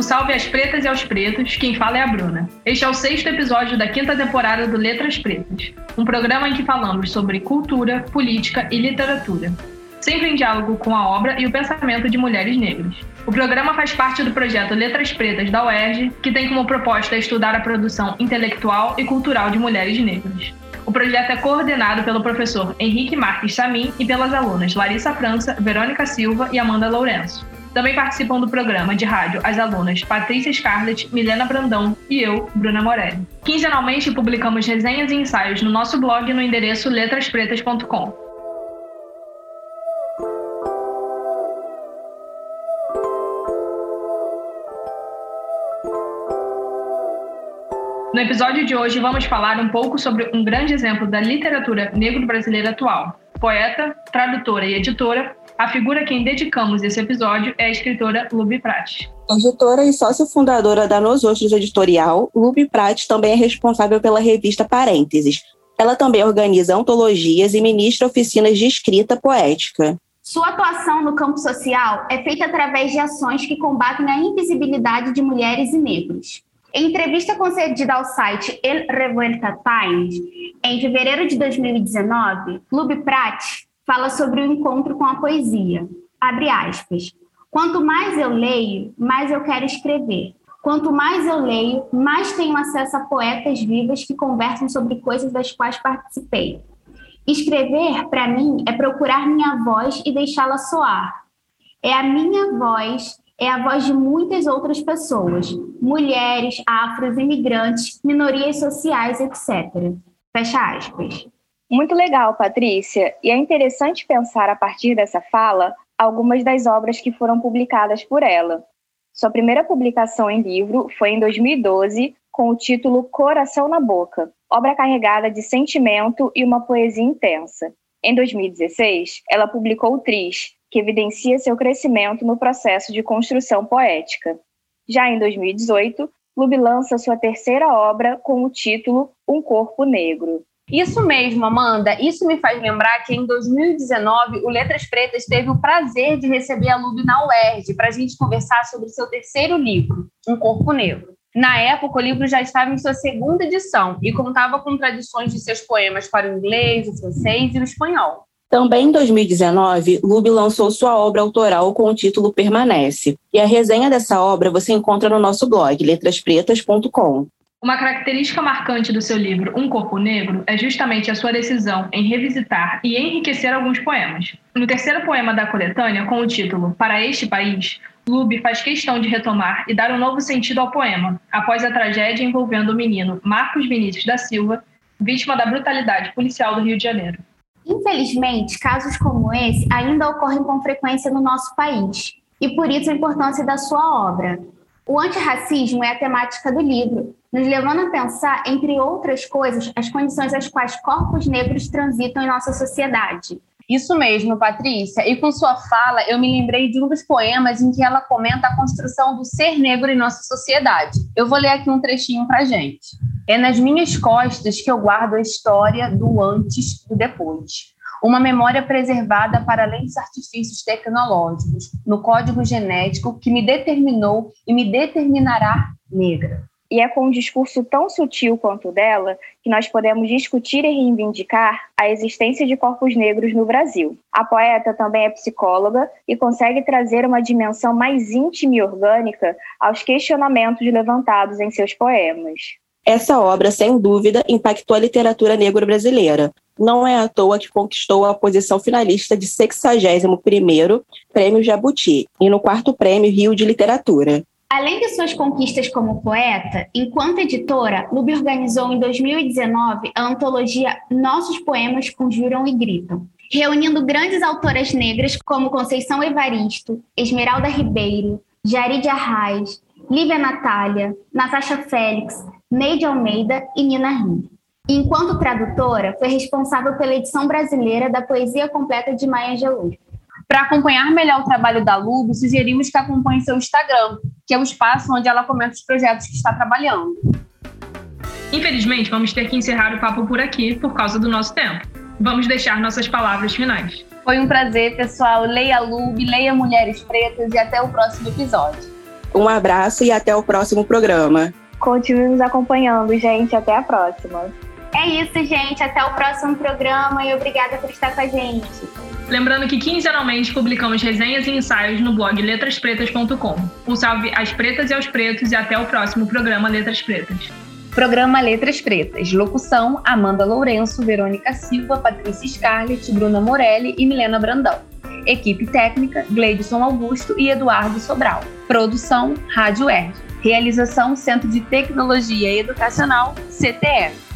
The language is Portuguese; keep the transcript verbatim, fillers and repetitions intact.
Um salve às pretas e aos pretos, quem fala é a Bruna. Este é o sexto episódio da quinta temporada do Letras Pretas, um programa em que falamos sobre cultura, política e literatura, sempre em diálogo com a obra e o pensamento de mulheres negras. O programa faz parte do projeto Letras Pretas da U E R J, que tem como proposta estudar a produção intelectual e cultural de mulheres negras. O projeto é coordenado pelo professor Henrique Marques Samin e pelas alunas Larissa França, Verônica Silva e Amanda Lourenço. Também participam do programa de rádio as alunas Patrícia Scarlett, Milena Brandão e eu, Bruna Morelli. Quinzenalmente publicamos resenhas e ensaios no nosso blog no endereço letras pretas ponto com. No episódio de hoje vamos falar um pouco sobre um grande exemplo da literatura negro-brasileira atual. Poeta, tradutora e editora, a figura a quem dedicamos esse episódio é a escritora Luby Prati. Editora e sócia fundadora da Nos Outros Editorial, Luby Prati também é responsável pela revista Parênteses. Ela também organiza antologias e ministra oficinas de escrita poética. Sua atuação no campo social é feita através de ações que combatem a invisibilidade de mulheres e negros. Em entrevista concedida ao site El Revuelta Times, em fevereiro de dois mil e dezenove, Luby Prati fala sobre o encontro com a poesia. Abre aspas. Quanto mais eu leio, mais eu quero escrever. Quanto mais eu leio, mais tenho acesso a poetas vivas que conversam sobre coisas das quais participei. Escrever, para mim, é procurar minha voz e deixá-la soar. É a minha voz, é a voz de muitas outras pessoas, mulheres, afros, imigrantes, minorias sociais, etcétera. Fecha aspas. Muito legal, Patrícia. E é interessante pensar, a partir dessa fala, algumas das obras que foram publicadas por ela. Sua primeira publicação em livro foi em dois mil e doze, com o título Coração na Boca, obra carregada de sentimento e uma poesia intensa. Em dois mil e dezesseis, ela publicou Tris, que evidencia seu crescimento no processo de construção poética. Já em dois mil e dezoito, Luby lança sua terceira obra com o título Um Corpo Negro. Isso mesmo, Amanda. Isso me faz lembrar que em dois mil e dezenove o Letras Pretas teve o prazer de receber a Luby na U E R J para a gente conversar sobre seu terceiro livro, Um Corpo Negro. Na época, o livro já estava em sua segunda edição e contava com traduções de seus poemas para o inglês, o francês e o espanhol. Também em dois mil e dezenove, Luby lançou sua obra autoral com o título Permanece. E a resenha dessa obra você encontra no nosso blog, letras pretas ponto com. Uma característica marcante do seu livro Um Corpo Negro é justamente a sua decisão em revisitar e enriquecer alguns poemas. No terceiro poema da coletânea, com o título Para Este País, Luby faz questão de retomar e dar um novo sentido ao poema, após a tragédia envolvendo o menino Marcos Vinícius da Silva, vítima da brutalidade policial do Rio de Janeiro. Infelizmente, casos como esse ainda ocorrem com frequência no nosso país, e por isso a importância da sua obra. O antirracismo é a temática do livro, nos levando a pensar, entre outras coisas, as condições às quais corpos negros transitam em nossa sociedade. Isso mesmo, Patrícia. E com sua fala, eu me lembrei de um dos poemas em que ela comenta a construção do ser negro em nossa sociedade. Eu vou ler aqui um trechinho pra gente. É nas minhas costas que eu guardo a história do antes e do depois. Uma memória preservada para além dos artifícios tecnológicos, no código genético que me determinou e me determinará negra. E é com um discurso tão sutil quanto o dela que nós podemos discutir e reivindicar a existência de corpos negros no Brasil. A poeta também é psicóloga e consegue trazer uma dimensão mais íntima e orgânica aos questionamentos levantados em seus poemas. Essa obra, sem dúvida, impactou a literatura negro-brasileira. Não é à toa que conquistou a posição finalista de sexagésimo primeiro Prêmio Jabuti e no quarto Prêmio Rio de Literatura. Além de suas conquistas como poeta, enquanto editora, Luby organizou em dois mil e dezenove a antologia Nossos Poemas Conjuram e Gritam, reunindo grandes autoras negras como Conceição Evaristo, Esmeralda Ribeiro, Jari de Arraes, Lívia Natália, Natasha Félix, Neide Almeida e Nina Rim. Enquanto tradutora, foi responsável pela edição brasileira da Poesia Completa de Maya Angelou. Para acompanhar melhor o trabalho da Luby, sugerimos que acompanhe seu Instagram, que é o espaço onde ela comenta os projetos que está trabalhando. Infelizmente, vamos ter que encerrar o papo por aqui por causa do nosso tempo. Vamos deixar nossas palavras finais. Foi um prazer, pessoal. Leia Luby, leia Mulheres Pretas e até o próximo episódio. Um abraço e até o próximo programa. Continue nos acompanhando, gente. Até a próxima. É isso, gente. Até o próximo programa e obrigada por estar com a gente. Lembrando que quinzenalmente publicamos resenhas e ensaios no blog letras pretas ponto com. Um salve às pretas e aos pretos e até o próximo programa Letras Pretas. Programa Letras Pretas. Locução: Amanda Lourenço, Verônica Silva, Patrícia Scarlett, Bruna Morelli e Milena Brandão. Equipe técnica: Gleidson Augusto e Eduardo Sobral. Produção: Rádio E R J. Realização: Centro de Tecnologia Educacional, C T E.